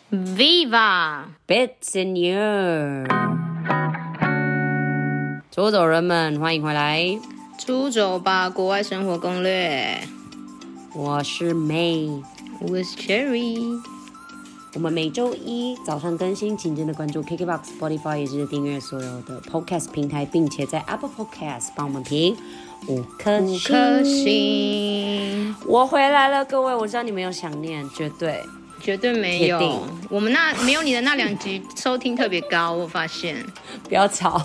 Viva Bits in Ear， 出走人们欢迎回来， 出走吧国外生活攻略。 我是 May， 我是 Cherry。 我们每周一早上更新，请真的关注 KKBOX、Spotify， 也就是订阅所有的 Podcast 平台，并且在 Apple Podcast 帮我们评5颗星。我回来了，各位，我知道你们有想念，绝对没有。我们没有你的那2集收听特别高，我发现。 不要吵。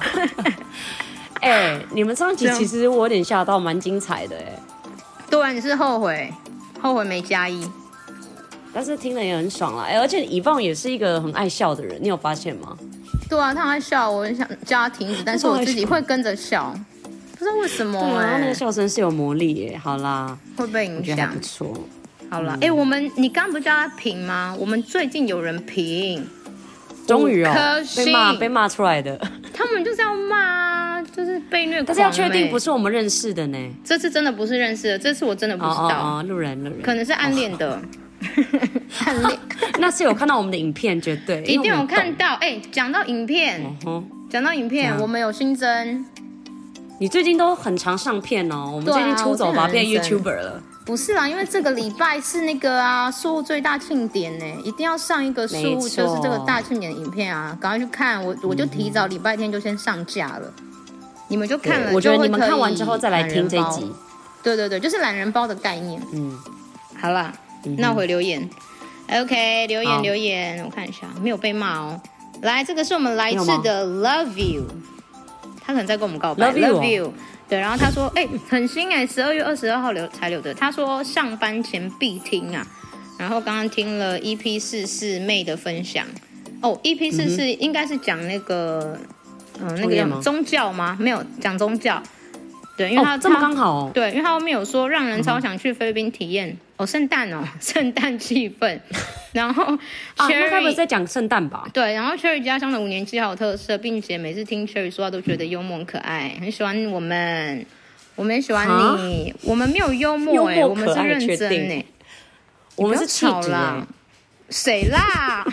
你们上集其实我有点吓到，蛮精彩的对啊，你是后悔没加一， 但是听了也很爽啦。而且以放也是一个很爱笑的人，你有发现吗？ 对啊，他爱笑，我很想叫他停止，但是我自己会跟着笑，不知道为什么。 对啊，他那个笑声是有魔力耶。好啦， 会被影响， 我觉得还不错。 好了，你刚不叫他评吗？我们最近有人评， 终于被骂出来的。 他们就是要骂，就是被虐狂。 但是要确定不是我们认识的呢？ 这次真的不是认识的，这次我真的不知道。 路人， 可能是暗恋的。暗恋， 那是有看到我们的影片，绝对一定有看到。讲到影片，我们有新增。 你最近都很常上片哦，我们最近出走吧变 YouTuber 了。 不是啦，因为这个礼拜是那个输入最大庆典呢，一定要上一个输入就是这个大庆典的影片啊，赶快去看。我就提早礼拜天就先上架了，你们就看了。 我觉得你们看完之后再来听这一集。 对，就是懒人包的概念。好啦，那回留言。OK， 留言，我看一下，没有被骂哦。来，这个是我们来自的 Love You， 他可能在跟我们告白。Love You。对，然后他说，很新12月22号才留的。他说上班前必听啊。然后刚刚听了 EP44 妹的分享。EP44 应该是讲那个，那个叫宗教吗？没有讲宗教。对，因为他这么刚好。 对，因为他后面有说让人超想去菲律宾体验圣诞气氛。然后 Cherry 那该不是在讲圣诞吧？ 对，然后 Cherry 家乡的5年级好有特色，并且每次听 Cherry 说话都觉得幽默可爱，很喜欢我们，我们也喜欢你。我们没有幽默我们是认真我们是气质啦。 谁啦？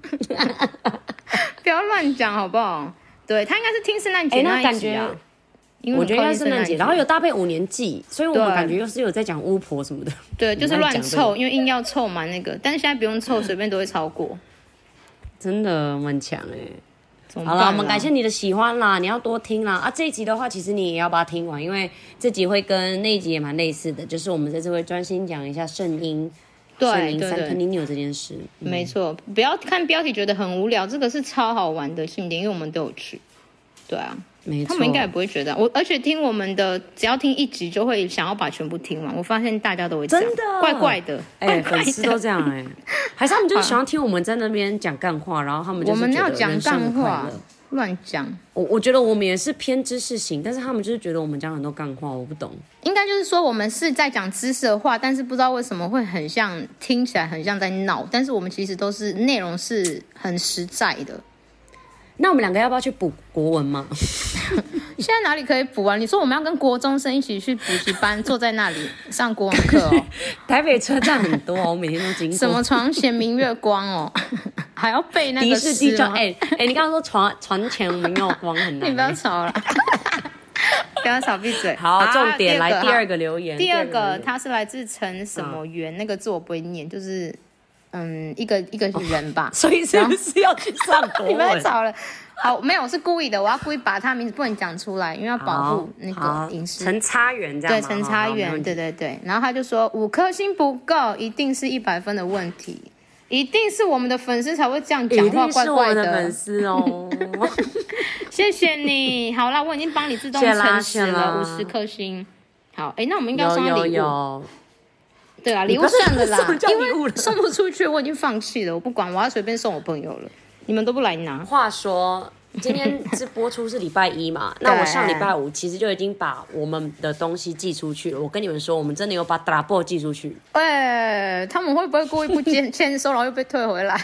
不要乱讲好不好？对，他应该是听圣诞节那一集啊。 我觉得应该是圣诞节，然后有搭配5年祭，所以我们感觉又是有在讲巫婆什么的。 对，就是乱凑，因为硬要凑满那个，但是现在不用凑，随便都会超过。 真的蛮强好了，我们感谢你的喜欢啦，你要多听啦。这一集的话，其实你也要把它听完，因为这集会跟那一集也蛮类似的，就是我们这次会专心讲一下圣婴。对Santo Niño这件事。 没错，不要看标题觉得很无聊，这个是超好玩的庆典，因为我们都有去。对啊。他们应该也不会觉得而且听我们的，只要听1集就会想要把全部听完。我发现大家都会这样，真的怪怪的， 粉丝都这样还是他们就是喜欢听我们在那边讲干话，然后他们就是觉得人生很快乐， 乱讲。 我觉得我们也是偏知识型，但是他们就是觉得我们讲很多干话，我不懂。 应该就是说我们是在讲知识的话，但是不知道为什么会很像，听起来很像在闹，但是我们其实都是内容是很实在的。 那我们2个要不要去补国文吗？ 现在哪里可以补啊？你说我们要跟国中生一起去补习班，坐在那里上国文课台北车站很多我每天都经过。 什么床前明月光还要背那个诗吗？ 地上你刚刚说床前明月光很难。 你不要吵了，不要吵，闭嘴。 好，重点来第2个留言。 第2个他是来自陈什么元，那个字我不会念，就是一个人吧。 所以是不是要去上国文？ 你不要吵了。好，没有，我是故意的，我要故意把他名字不能讲出来，因为要保护那个隐私。 陈差元这样吗？ 对，陈差元，对。然后他就说5颗星不够，一定是100分的问题，一定是我们的粉丝才会这样讲话，怪怪的。一定是我们的粉丝谢谢你。好啦，我已经帮你自动诚实了50颗星。好，那我们应该送他礼物。对啊，礼物算了啦，因为送不出去，我已经放弃了，我不管，我要随便送我朋友了。你们都不来拿。 话说，今天是播出是礼拜1嘛？那我上礼拜5其实就已经把我们的东西寄出去了。我跟你们说，我们真的有把 Drapo 寄出去。 他们会不会故意不签收，然后又被退回来？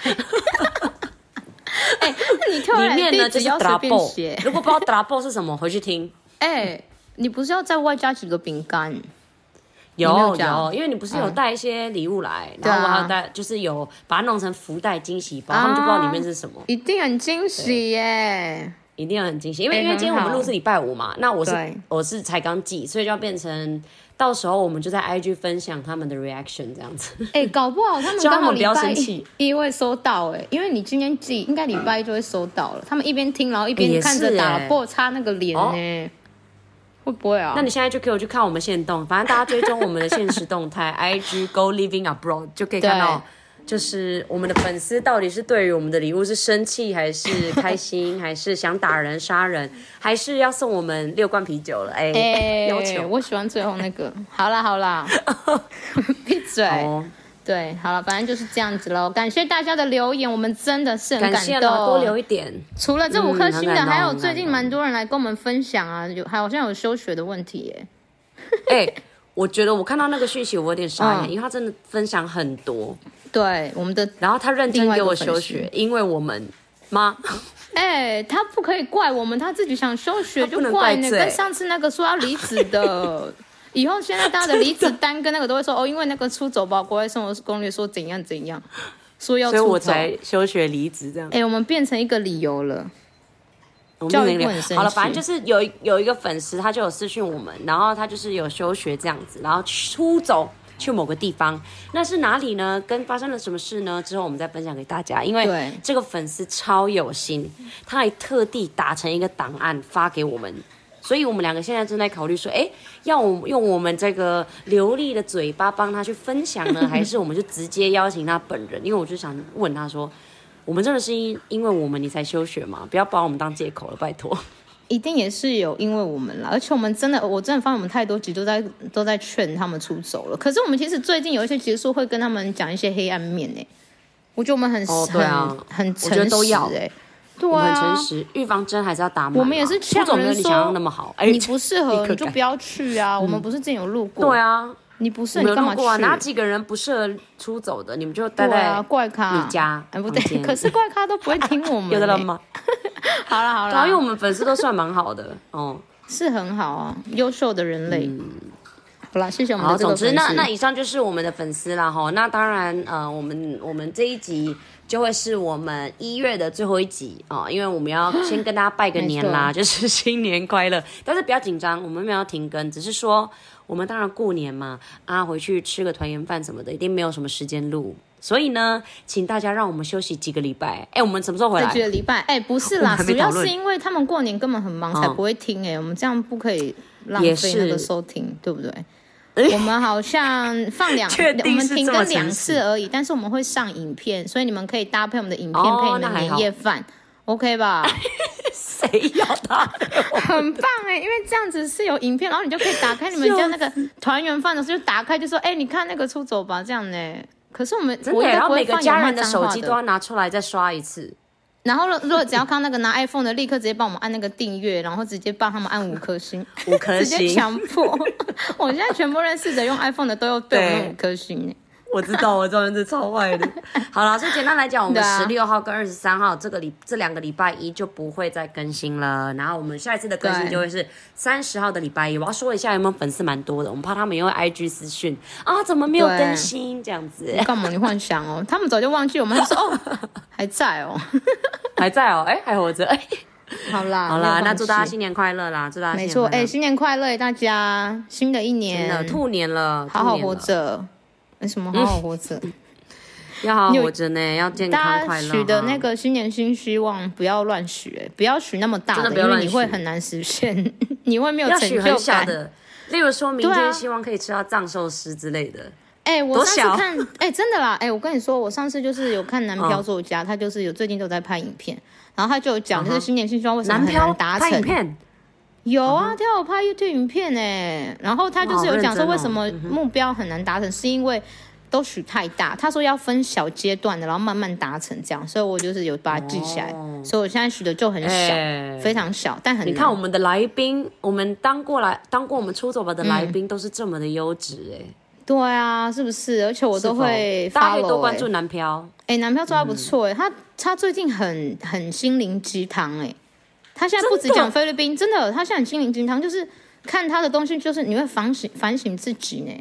你退回来里面呢就是 Drapo， 如果不知道 Drapo 是什么，回去听。 你不是要再外加几个饼干？ 有，因为你不是有带一些礼物来，然后我还有带，就是有把它弄成福袋惊喜包，他们就不知道里面是什么。 一定很惊喜耶！ 一定很惊喜，因为今天我们录是礼拜五嘛，那我是才刚寄，所以就要变成到时候我们就在 IG 分享他们的 reaction 这样子。 搞不好他们刚好礼拜一会收到因为你今天寄，应该礼拜一就会收到了。他们一边听，然后一边看着打破擦那个脸呢。会不会啊？ 那你现在就可以去看我们限动，反正大家追踪我们的限时动态IG Go Living Abroad 就可以看到，就是我们的粉丝到底是对于我们的礼物是生气还是开心，还是想打人杀人，还是要送我们6罐啤酒了？要求我喜欢最后那个。好啦，闭嘴。对，好了，反正就是这样子咯。感谢大家的留言，我们真的是很感动。 感谢了，多留一点。 除了这5颗星的，还有最近蛮多人来跟我们分享啊，好像有休学的问题耶。我觉得我看到那个讯息，我有点傻眼，因为他真的分享很多。 对，我们的， 然后他认真给我休学，因为我们吗？ 他不可以怪我们，他自己想休学就怪呢，跟上次那个说要离职的。以后现在大家的离职单跟那个都会说因为那个出走吧，国外生活攻略说怎样怎样，说要出走， 所以我才休学离职这样。 我们变成一个理由了。 教育部很生气。好了，反正就是有一个粉丝，他就有私讯我们，然后他就是有休学这样子，然后出走去某个地方，那是哪里呢？跟发生了什么事呢？之后我们再分享给大家。因为这个粉丝超有心，他还特地打成一个档案发给我们。所以我们2个现在正在考虑说，要用我们这个流利的嘴巴帮他去分享呢，还是我们就直接邀请他本人？因为我就想问他说，我们真的是因为我们你才休学吗？不要把我们当借口了，拜托。 一定也是有因为我们啦，而且我真的发现我们太多集都在劝他们出走了。可是我们其实最近有一些集数会跟他们讲一些黑暗面我觉得我们很诚实，我觉得都要对啊， 我们很诚实，预防针还是要打满。 我们也是出走没有你想象那么好， 你不适合你就不要去啊。我们不是之前有录过？ 对啊， 你不是你干嘛去？ 哪几个人不适合出走的？你们就待在怪咖你家， 不对，可是怪咖都不会听我们。 有的人吗？ 好了， 因为我们粉丝都算蛮好的是很好啊，优秀的人类。好啦，谢谢我们的这个粉丝。 总之那以上就是我们的粉丝啦那当然我们这一集就会是我们1月的最后一集因为我们要先跟大家拜个年啦，就是新年快乐。但是不要紧张，我们没有要停更，只是说我们当然过年嘛回去吃个团圆饭什么的，一定没有什么时间录。所以呢，请大家让我们休息几个礼拜。我们什么时候回来？ 几个礼拜？不是啦，主要是因为他们过年根本很忙，才不会听。我们这样不可以浪费那个收听，对不对？我们好像放我们停更2次而已，但是我们会上影片，所以你们可以搭配我们的影片配你们年夜饭，OK 吧？ 谁要搭配？ 很棒因为这样子是有影片，然后你就可以打开你们家那个团圆饭的时候就打开，就说你看那个出走吧，这样呢。可是我们真的，然后每个家人的手机都要拿出来再刷一次。 然后如果只要看那个拿 iPhone 的，立刻直接帮我们按那个订阅，然后直接帮他们按5颗星 ，5颗星， 直接强迫。我现在全部认识的用 iPhone 的都有对我们5颗星我知道，真的超坏的。好了，所以简单来讲，我们16号跟23号这2个礼拜一就不会再更新了。然后我们下一次的更新就会是30号的礼拜一。我要说一下，有没有粉丝蛮多的？我们怕他们因为 IG 私讯怎么没有更新这样子？ 干嘛你幻想他们早就忘记我们，说还在还在还活着好啦， 那祝大家新年快乐啦！祝大家没错，新年快乐，大家新的一年， 真的兔年了， 好好活着。什么好好活着？ 要好好活着呢，要健康快乐。 大家许的那个新年新希望不要乱许不要许那么大的，因为你会很难实现，你会没有成就感。 要许很小的，例如说明天希望可以吃到藏寿司之类的。 我上次看，真的啦，我跟你说，我上次就是有看男漂作家，他就是最近都在拍影片，然后他就有讲，就是新年新希望为什么很难达成。 拍影片有他有拍 YouTube 影片然后他就是有讲说为什么目标很难达成，是因为都许太大。他说要分小阶段的，然后慢慢达成这样，所以我就是有把它记起来。所以我现在许的就很小，非常小，但很难。 你看我们的来宾，我们当过我们出走吧的来宾都是这么的优质对啊，是不是？而且我都会 follow 大家可以多关注男漂。 男漂做还不错他最近很心灵鸡汤他现在不只讲菲律宾，真的，他现在很心灵鸡汤，就是看他的东西，就是你会反省自己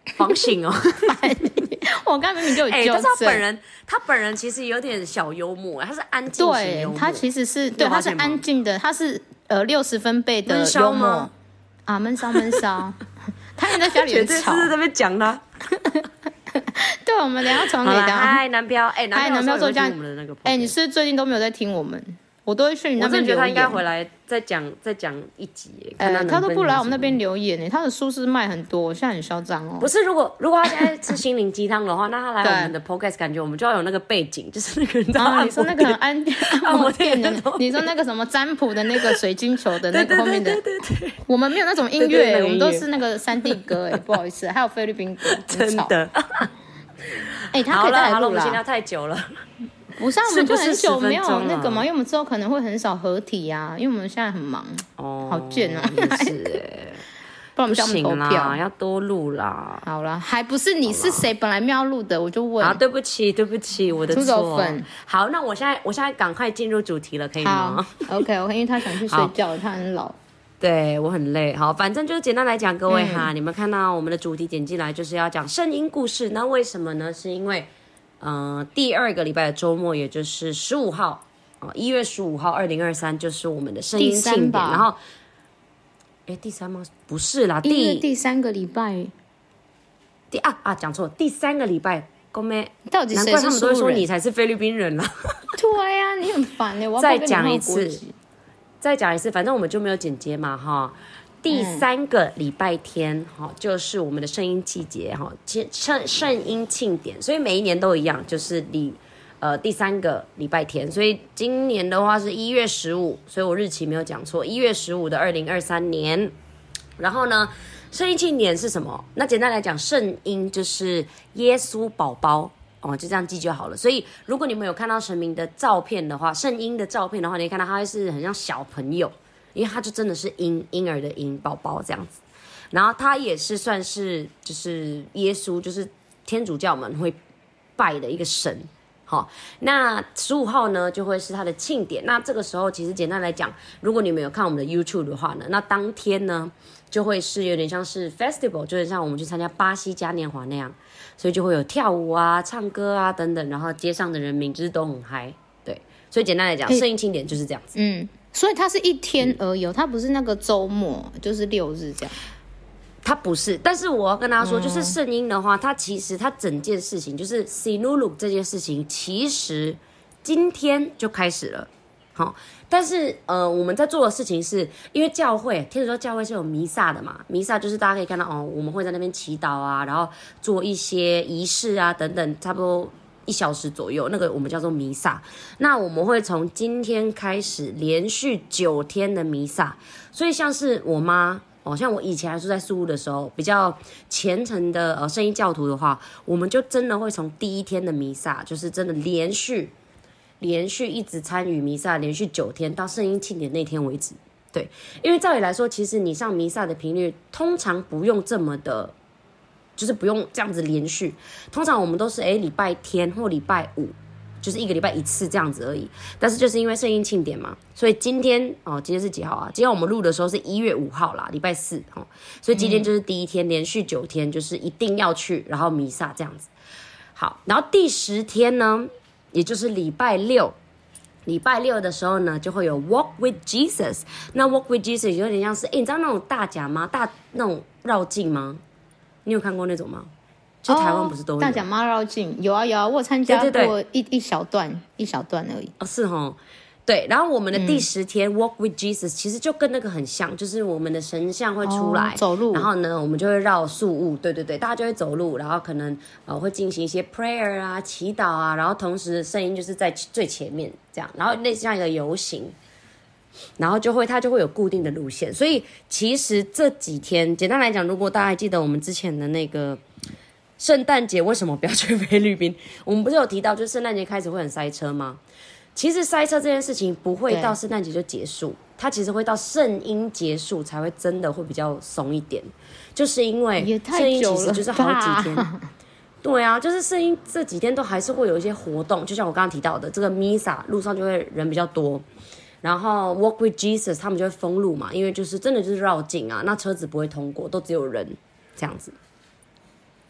房醒哦。 我刚明明就有纠正。 但是他本人其实有点小幽默，他是安静型幽默。 对，他其实是对，他是安静的，他是60分贝的幽默啊，闷骚。他也在家里很吵， 是在那边讲他。 对，我们等一下传给他。 嗨，南漂， 南漂作家，你是最近都没有在听我们？我都会去你那边留言。我真的觉得他应该回来再讲一集。 他都不来我们那边留言他的书是卖很多，现在很嚣张哦。 不是，如果他现在吃心灵鸡汤的话，那他来我们的 podcast， 感觉我们就要有那个背景，就是那个人在你说那个按摩店的，你说那个什么占卜的那个水晶球的那个后面的，对，我们没有那种音乐，我们都是那个3D 歌不好意思，还有菲律宾歌， 真的。 他可以再来录了，我们现在太久了。 不是，我们就很久没有那个嘛，因为我们之后可能会很少合体啊，因为我们现在很忙。好贱啊！ 也是不然我们叫我们投票， 要多录啦。 好啦，还不是你是谁本来没有录的，我就问。 对不起，我的错。好，那我现在赶快进入主题了，可以吗？ 好 ，OK， 因为他想去睡觉，他很老。 对，我很累。好，反正就是简单来讲，各位哈，你们看到我们的主题点进来就是要讲圣婴故事。那为什么呢？是因为第2个礼拜的周末，也就是15号，1月15号，2023就是我们的圣婴庆典。然后，第3吗？不是啦， 第3个礼拜。 讲错，第3个礼拜。公妹， 到底谁是难怪他们都会说你才是菲律宾人啦。 对呀，你很烦我再讲一次，反正我们就没有剪接嘛哈。第3个礼拜天就是我们的圣婴季节圣婴庆典，所以每一年都一样，就是第3个礼拜天。所以今年的话是1月15，所以我日期没有讲错，1月15的2023年。然后呢，圣婴庆典是什么？那简单来讲，圣婴就是耶稣宝宝就这样记就好了。所以如果你们有看到神明的照片的话，圣婴的照片的话，你会看到他会是很像小朋友，因为他就真的是婴儿的婴宝宝这样子。然后他也是算是就是耶稣，就是天主教们会拜的一个神。那15号呢就会是他的庆典。那这个时候其实简单来讲，如果你们有看我们的 YouTube 的话呢，那当天呢就会是有点像是 festival， 就是像我们去参加巴西嘉年华那样，所以就会有跳舞啊、唱歌啊等等，然后街上的人民就是都很嗨。对，所以简单来讲，圣婴庆典就是这样子。 所以它是一天而已，它不是那个周末，就是6日这样。 它不是，但是我要跟大家说，就是圣婴的话，它其实它整件事情就是 Sinulog 这件事情，其实今天就开始了。但是我们在做的事情是，因为教会天主教教会是有弥撒的嘛，弥撒就是大家可以看到我们会在那边祈祷啊，然后做一些仪式啊等等，差不多1小时左右，那个我们叫做弥撒。那我们会从今天开始连续9天的弥撒，所以像是我妈像我以前还住在宿务的时候，比较虔诚的圣婴教徒的话，我们就真的会从第1天的弥撒，就是真的连续一直参与弥撒，连续9天到圣婴庆典那天为止。对，因为照理来说，其实你上弥撒的频率通常不用这么的，就是不用这样子连续。通常我们都是礼拜天或礼拜五，就是1个礼拜1次这样子而已。但是就是因为圣婴庆典嘛，所以今天是几号啊？今天我们录的时候是1月5号啦，礼拜4所以今天就是第1天，连续9天就是一定要去，然后弥撒这样子。好，然后第10天呢，也就是礼拜六的时候呢，就会有 Walk with Jesus。那 Walk with Jesus 有点像是，你知道那种大甲妈那种绕境吗？你有看过那种吗？就台湾不是都有大甲妈绕境？有啊，我有参加过一小段而已。 是齁。对，然后我们的第10天 Walk with Jesus 其实就跟那个很像，就是我们的神像会出来走路， 然后呢我们就会绕宿务，对，大家就会走路，然后可能会进行一些 prayer 啊、祈祷啊，然后同时圣婴就是在最前面这样，然后类似像一个游行，然后它就会有固定的路线。所以其实这几天简单来讲，如果大家还记得我们之前的那个圣诞节为什么不要去菲律宾，我们不是有提到就是圣诞节开始会很塞车吗？其实塞车这件事情不会到圣诞节就结束，它其实会到圣婴结束才会真的会比较松一点，就是因为圣婴其实就是好几天。对啊，就是圣婴这几天都还是会有一些活动，就像我刚刚提到的这个 Misa 路上就会人比较多，然后 Walk with Jesus 他们就会封路嘛，因为就是真的就是绕境啊，那车子不会通过，都只有人这样子。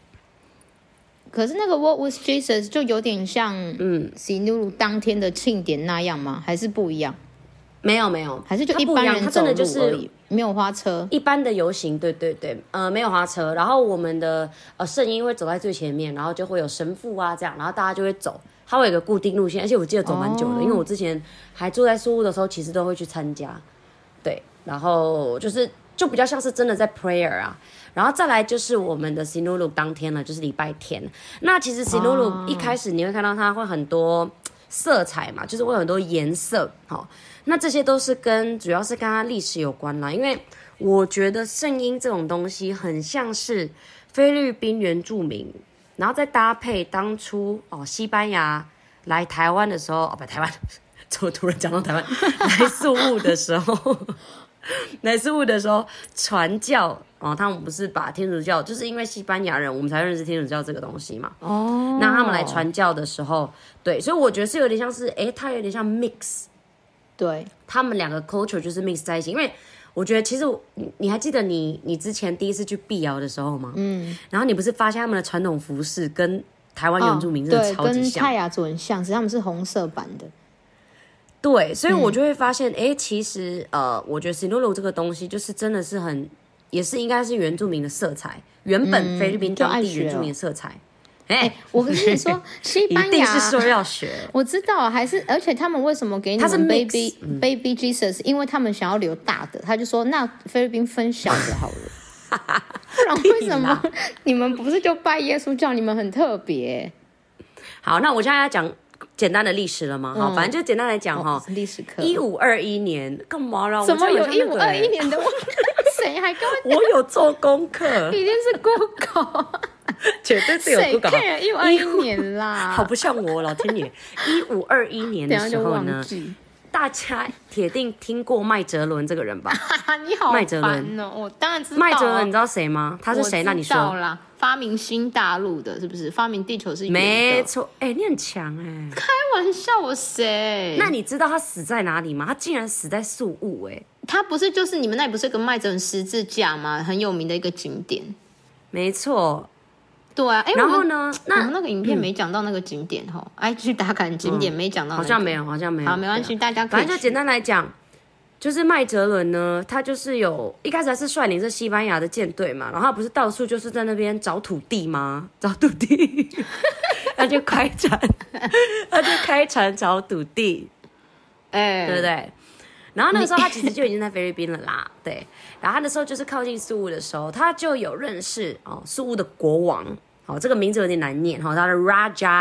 可是那个 Walk with Jesus 就有点像Sinulu 当天的庆典那样吗？还是不一样？ 没有， 还是就一般人走路而已， 就是没有花车， 一般的游行，对，没有花车。然后我们的圣婴会走在最前面，然后就会有神父啊这样，然后大家就会走，它会有一个固定路线，而且我记得走蛮久的，因为我之前还住在宿务的时候，其实都会去参加，对，然后就比较像是真的在 prayer 啊。然后再来就是我们的 Sinulu 当天呢，就是礼拜天。那其实 Sinulu 一开始你会看到它会很多色彩嘛，就是会有很多颜色，好，那这些都是主要是跟它历史有关啦。因为我觉得圣婴这种东西很像是菲律宾原住民，然后再搭配当初西班牙来台湾的时候，不台湾，怎么突然讲到台湾？来宿务的时候。来宿务的时候传教他们不是把天主教，就是因为西班牙人我们才认识天主教这个东西嘛。那他们来传教的时候，对，所以我觉得是有点像是，它有点像 mix， 对， 他们两个 culture 就是 mix 在一起。因为我觉得其实你还记得你之前第一次去碧瑶的时候吗？然后你不是发现他们的传统服饰跟台湾原住民真的超级像， 对，跟泰雅族很像，只是他们是红色版的。 对，所以我就会发现，其实我觉得 Sinulu 这个东西就是真的是也是应该是原住民的色彩，原本菲律宾当地原住民的色彩。 我跟你说，西班牙一定是说要学， 我知道，而且他们为什么给你们 baby Jesus？ 因为他们想要留大的，他就说那菲律宾分小的好了，不然为什么你们不是就拜耶稣教？你们很特别。 好，那我现在要讲简单的历史了吗？好，反正就简单来讲哈， 历史课 1521年干嘛啦？ 怎么有1521年的？谁还跟我有做功课， 一定是 Google， 绝对是有 Google。 谁1521年啦？ 好不像我，老天爷！1521年的时候呢，大家铁定听过麦哲伦这个人吧？ 你好烦哦！我当然知道。 麦哲伦，你知道谁吗？他是谁？那你说啦。发明新大陆的，是不是？发明地球是圆的。 没错，你很强哎！ 开玩笑，我谁？ 那你知道他死在哪里吗？他竟然死在宿务哎！ 他不是就是你们那里不是有个麦哲伦十字架吗？很有名的一个景点。 没错。 对啊， 然后呢？ 我们那个影片没讲到那个景点哈，去打卡景点没讲到， 好像没有。好，没关系，大家可以。 反正就简单来讲。就是麦哲伦呢，他就是一开始还是率领着西班牙的舰队嘛，然后他不是到处就是在那边找土地吗？找土地，他就开船找土地，对不对？然后那个时候他其实就已经在菲律宾了啦，对。然后他那时候就是靠近宿务的时候，他就有认识宿务的国王，这个名字有点难念，他的 Raja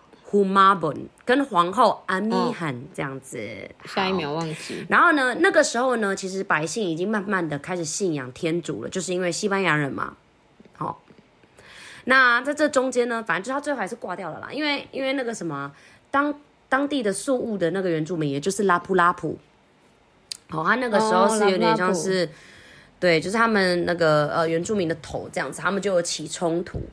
Humabon 跟皇后阿米罕这样子， 下一秒忘记。 然后呢，那个时候呢，其实百姓已经慢慢的开始信仰天主了，就是因为西班牙人嘛。好，那在这中间呢，反正就是他最后还是挂掉了啦，因为那个什么，当地的宿务的那个原住民，也就是拉普，他那个时候是有点像是，对，就是他们那个原住民的头这样子，他们就有起冲突。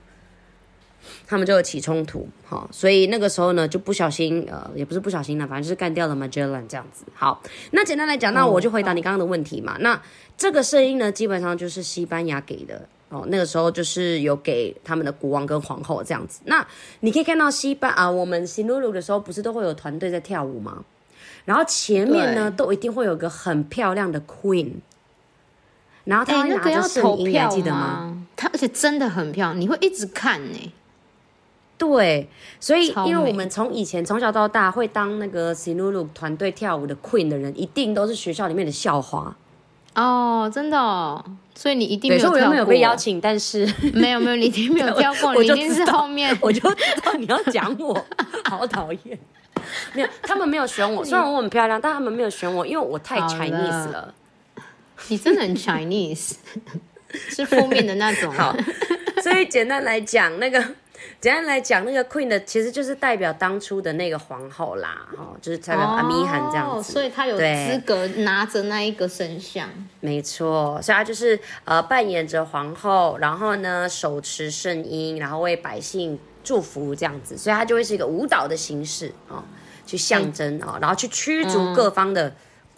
所以那个时候呢，就不小心，也不是不小心啦，反正就是干掉了 Magellan 这样子。好，那简单来讲，那我就回答你刚刚的问题嘛。那这个圣婴呢，基本上就是西班牙给的那个时候就是有给他们的国王跟皇后这样子。那你可以看到我们 Sinulu 的时候，不是都会有团队在跳舞吗？然后前面呢，都一定会有个很漂亮的 Queen。然后他会拿着圣婴，你还记得吗？ 而且真的很漂亮，你会一直看呢。 对，所以因为我们从小到大会当那个 Sinulu 团队跳舞的 Queen 的人，一定都是学校里面的校花。 真的哦，所以你一定没有跳过。 所以我没有被邀请，但是没有，你一定没有跳过，你一定是后面。 我就知道你要讲我，好讨厌。没有，他们没有选我，虽然我很漂亮，但他们没有选我，因为我太 Chinese 了。 你真的很 Chinese， 是负面的那种。 好，所以简单来讲，那个 Queen 的其实就是代表当初的那个皇后啦，就是代表阿米罕这样子， 所以她有资格拿着那一个神像。 没错，所以她就是扮演着皇后，然后呢手持圣婴，然后为百姓祝福这样子，所以她就会是一个舞蹈的形式去象征然后去驱逐各方的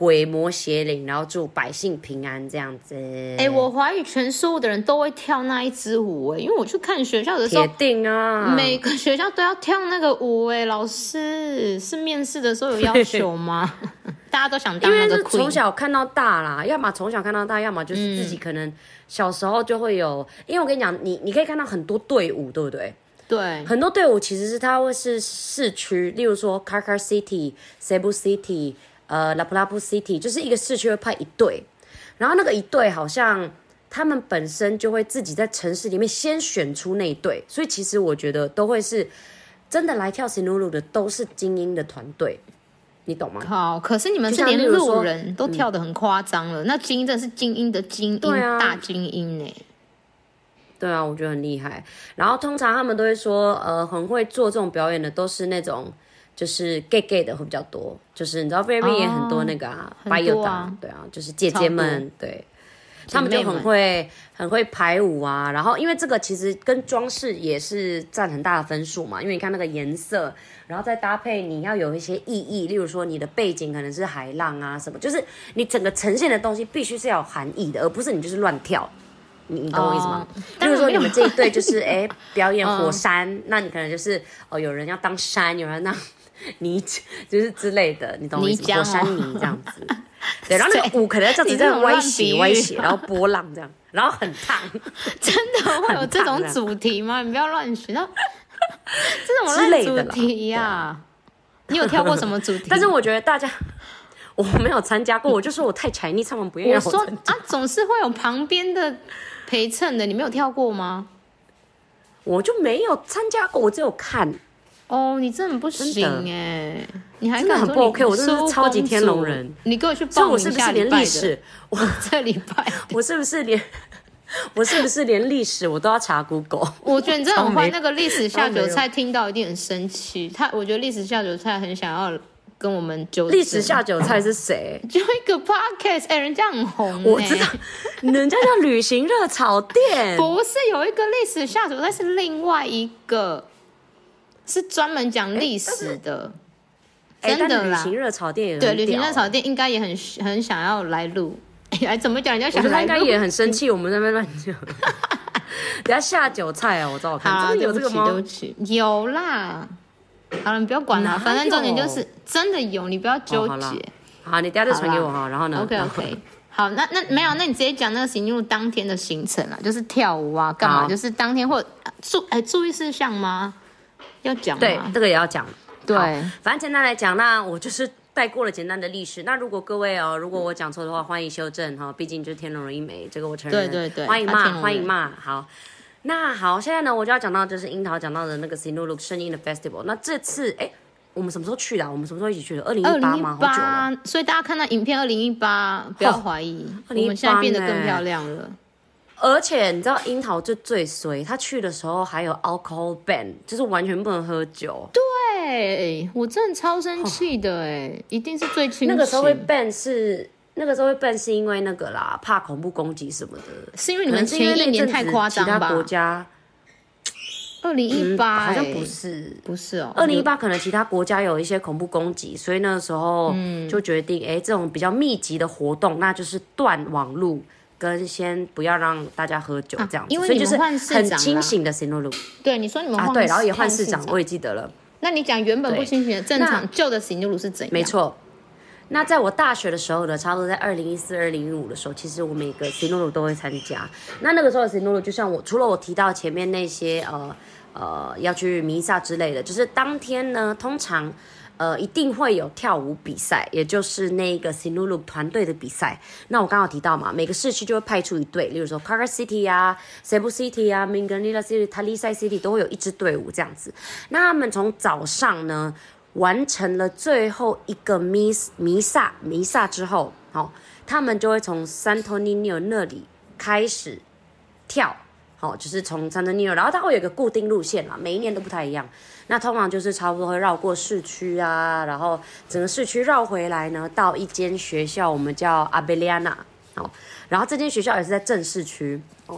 鬼魔邪灵，然后祝百姓平安这样子。 我怀疑全所有的人都会跳那一支舞因为我去看学校的时候， 铁定啊， 每个学校都要跳那个舞老师是面试的时候有要求吗？大家都想当那个 queen， 因为是从小看到大啦，要么从小看到大，要么就是自己可能小时候就会有，因为我跟你讲，你可以看到很多队伍，对不对？ 对， 很多队伍其实是它会是市区，例如说 Carcar City、Cebu City、Lapu-Lapu City， 就是一个市区会派一队，然后那个一队好像他们本身就会自己在城市里面先选出那一队，所以其实我觉得都会是真的来跳 Sinulog 的都是精英的团队，你懂吗？ 好，可是你们是连路人都跳得很夸张了，那精英真的是精英的精英，大精英对啊，我觉得很厉害。然后通常他们都会说，很会做这种表演的都是那种就是 gay 的会比较多，就是你知道菲律宾也很多那个白友党，对啊，就是姐姐们，对，他们就很会排舞啊。然后因为这个其实跟装饰也是占很大的分数嘛，因为你看那个颜色，然后再搭配你要有一些意义，例如说你的背景可能是海浪啊什么，就是你整个呈现的东西必须是要有含义的，而不是你就是乱跳。你懂我意思吗？例如说你们这一队就是表演火山，那你可能就是有人要当山，有人当泥，就是之类的，你懂我意思吗？火山泥这样子。对，然后那个舞可能要这样子这样歪斜，然后波浪这样，然后很烫。 真的会有这种主题吗？你不要乱学，这种烂主题呀！你有跳过什么主题？ 但是我觉得大家。我没有参加过，我就说我太Chinese，他们不愿意让我参加。 总是会有旁边的陪衬的，你没有跳过吗？ 我就没有参加过，我只有看。 你真的很不行你还敢说很不 OK？ 我真的是超级天龙人。 你给我去报名下礼拜的。 历史，我这礼拜， 我是不是连历史我都要查 Google？ 我觉得你真的很坏。那个历史下酒菜听到一定很生气。我觉得历史下酒菜很想要。跟我们纠正历史下酒菜是谁？ 就一个 podcast， 人家很红我知道，人家叫旅行热炒店。 不是有一个历史下酒菜，是另外一个，是专门讲历史的。真的啦， 旅行热炒店也对，旅行热炒店应该也很想要来录。怎么讲？人家想来录， 他应该也很生气，我们在那边乱讲。等下酒菜我找我看，真的有这个吗？ 对不起，有啦。好了，你不要管了，反正重点就是真的有，你不要纠结。 好，你等下再传给我哈。然后呢 ？OK， 好，那没有，那你直接讲那个Sinulog当天的行程啦，就是跳舞啊，干嘛？就是当天或注意事项吗？要讲吗？ 对，这个也要讲。 对， 反正简单来讲，那我就是带过了简单的历史。那如果各位如果我讲错的话，欢迎修正哈，毕竟就是天龙人一枚，这个我承认。 对， 欢迎骂，好。那好，现在呢，我就要讲到就是樱桃讲到的那个 Sinulog 声音的 Festival。那这次，我们什么时候去的？我们什么时候一起去的？2018吗？好久了。 所以大家看到影片2018，不要怀疑，我们现在变得更漂亮了。 而且你知道樱桃就最衰，他去的时候还有 alcohol ban， 就是完全不能喝酒。 对，我真的超生气的一定是最清醒。 那个时候会 ban 是因为那个啦，怕恐怖攻击什么的。 是因为你们前一年太夸张吧？ 其他国家 2018 好像不是哦。2018可能其他国家有一些恐怖攻击，所以那个时候就决定，这种比较密集的活动，那就是断网路跟先不要让大家喝酒这样子。 因为你们换市长啦， 所以就是很清醒的 Sinulog。 对，你说你们换对，然后也换市长，我也记得了。 那你讲原本不清醒的正常旧的Sinulog是怎样？ 没错。那在我大学的时候呢，差不多在2014、2015的时候，其实我每个 Sinulog 都会参加。那个时候的 Sinulog 就像除了我提到前面那些要去弥撒之类的，就是当天呢，通常一定会有跳舞比赛，也就是那个 Sinulog 团队的比赛。那我刚好提到嘛，每个市区就会派出一队，例如说 Carcar City 啊、Cebu City 啊、Mindanao City、Talisay City 都会有一支队伍这样子。那他们从早上呢完成了最后一个弥撒之后，他们就会从 Santo Niño 那里开始跳。就是从 Santo Niño， 然后它会有一个固定路线啦，每一年都不太一样。那通常就是差不多会绕过市区啊，然后整个市区绕回来呢，到一间学校，我们叫 Abeliana。然后这间学校也是在正市区。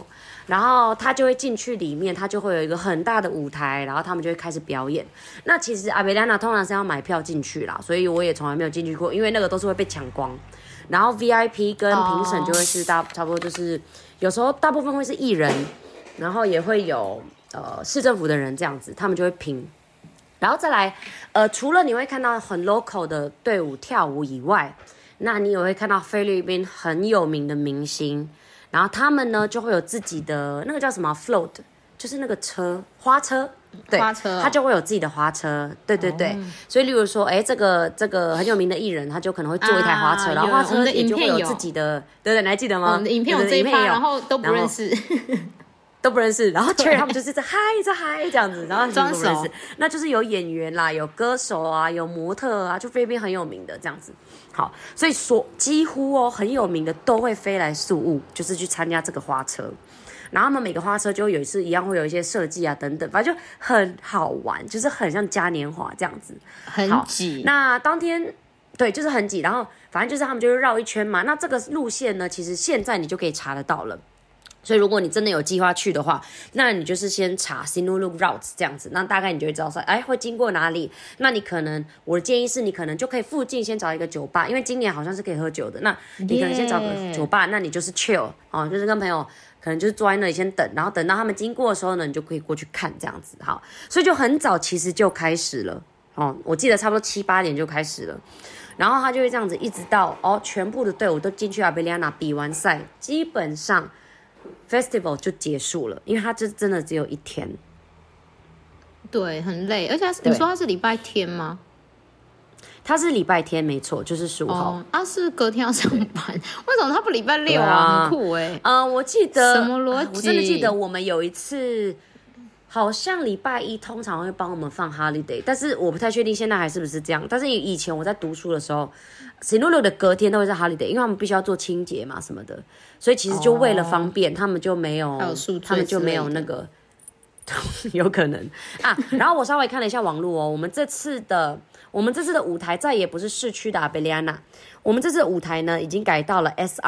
然后他就会进去里面，他就会有一个很大的舞台，然后他们就会开始表演。那其实阿贝拉娜通常是要买票进去啦，所以我也从来没有进去过，因为那个都是会被抢光。然后 VIP 跟评审就会是差不多就是有时候大部分会是艺人，然后也会有市政府的人这样子，他们就会评。然后再来除了你会看到很 local 的队伍跳舞以外，那你也会看到菲律宾很有名的明星，然后他们呢就会有自己的那个叫什么 float， 就是那个花车。对， 花车他就会有自己的花车，对对对，所以例如说，这个很有名的艺人，他就可能会坐一台花车，然后花车也就会有自己的，对对，你还记得吗？ 我们的影片有这一趴，然后都不认识， 都不认识，然后 Cherry 他们就是在嗨这样子，然后装熟， 那就是有演员啦，有歌手啊，有模特啊，就菲律宾很有名的这样子。好，所以几乎很有名的都会飞来宿务，就是去参加这个花车。然后他们每个花车就有一样会有一些设计啊等等，反正就很好玩，就是很像嘉年华这样子， 很挤。 那当天对就是很挤，然后反正就是他们就会绕一圈嘛。那这个路线呢，其实现在你就可以查得到了。所以如果你真的有计划去的话，那你就是先查 Sinulog Routes 这样子，那大概你就会知道说，会经过哪里。那你可能，我的建议是你可能就可以附近先找一个酒吧，因为今年好像是可以喝酒的。那你可能先找个酒吧，那你就是 chill 就是跟朋友可能就是坐在那里先等，然后等到他们经过的时候呢，你就可以过去看这样子。好，所以就很早其实就开始了我记得差不多7、8点就开始了。然后他就会这样子一直到全部的队伍都进去阿贝利亚纳比完赛，基本上Festival 就结束了，因为它就真的只有1天。 对，很累，而且你说它是礼拜天吗？ 它是礼拜天，没错，就是15号。 是隔天要上班，为什么他不礼拜6啊？很酷我记得什么逻辑？ 我真的记得我们有一次，好像礼拜1通常会帮我们放 holiday， 但是我不太确定现在还是不是这样。但是以前我在读书的时候，Sinulog的隔天都会是 holiday， 因为他们必须要做清洁嘛什么的，所以其实就为了方便，他们就没有那个，有可能啊。然后我稍微看了一下网络我们这次的舞台再也不是市区的阿贝利亚纳，我们这次的舞台呢已经改到了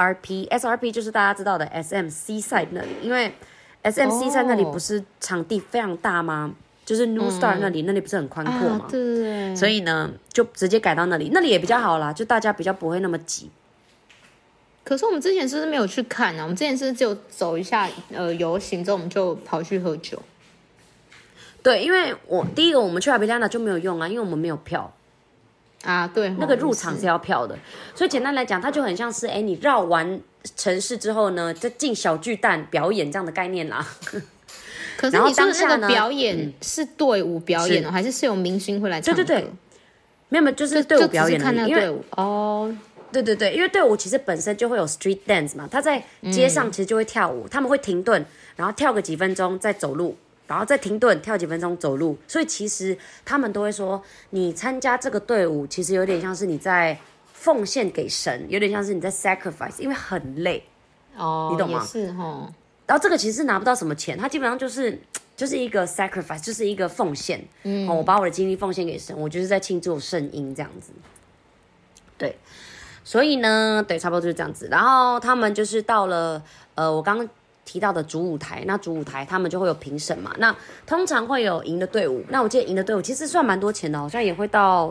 SRP 就是大家知道的 SMC side 那里，因为SMC 在那里不是场地非常大吗？就是 New Star 那里不是很宽阔吗？ 对。 所以呢，就直接改到那里也比较好啦，就大家比较不会那么挤。 可是我们之前是不是没有去看啊？我们之前是只有走一下游行之后，我们就跑去喝酒。 对，因为第一个我们去阿贝利亚纳就没有用啊，因为我们没有票。 对， 那个入场是要票的，所以简单来讲，它就很像是你绕完城市之后呢，再进小巨蛋表演这样的概念啦。 可是你说的那个表演是队伍表演还是有明星会来唱歌？ 对，没有，就是队伍表演看那个队伍对，因为队伍其实本身就会有 street dance 嘛，他在街上其实就会跳舞，他们会停顿，然后跳个几分钟再走路。然后再停顿跳几分钟走路，所以其实他们都会说，你参加这个队伍，其实有点像是你在奉献给神，有点像是你在 sacrifice， 因为很累你懂吗？ 也是然后这个其实拿不到什么钱，它基本上就是一个 sacrifice， 就是一个奉献。我把我的精力奉献给神，我就是在庆祝圣婴这样子。对，所以呢，对，差不多就是这样子。然后他们就是到了我刚刚提到的主舞台，那主舞台他们就会有评审嘛，那通常会有赢的队伍，那我记得赢的队伍其实算蛮多钱的，好像会到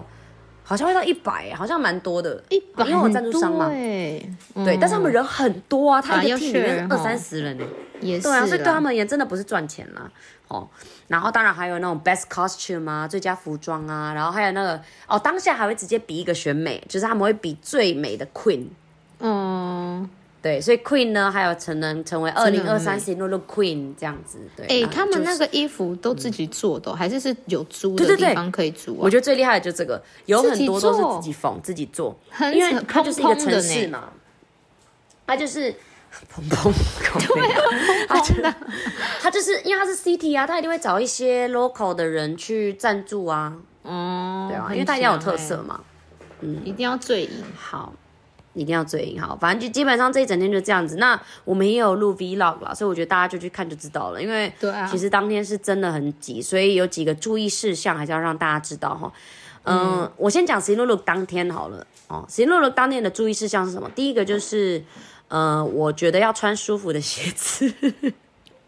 100，好像蛮多的 ，100， 因为我赞助商嘛，对，但是他们人很多啊，他一个 team 里面20-30人也是， 对啊，所以对他们而言真的不是赚钱啦，然后当然还有那种 best costume 啊，最佳服装啊，然后还有那个当下还会直接比一个选美，就是他们会比最美的 queen，对，所以 Queen 呢，还有成为2023 Sinulog Queen 这样子。对， 他们那个衣服都自己做的，还是有租的地方可以租我觉得最厉害的就这个，有很多都是自己缝自己做，因为它就是一个城市嘛，它就是蓬蓬， 对啊，蓬蓬的， 它就是因为它是 City 啊，它一定会找一些 local 的人去赞助啊，对啊，因为它一定要有特色嘛， 一定要最赢。 好。一定要最赢好，反正就基本上这一整天就这样子。那我们也有录 vlog 啦，所以我觉得大家就去看就知道了。因为其实当天是真的很挤，所以有几个注意事项还是要让大家知道哈。我先讲 Sinulog 当天好了。Sinulog 当天的注意事项是什么？第一个就是我觉得要穿舒服的鞋子。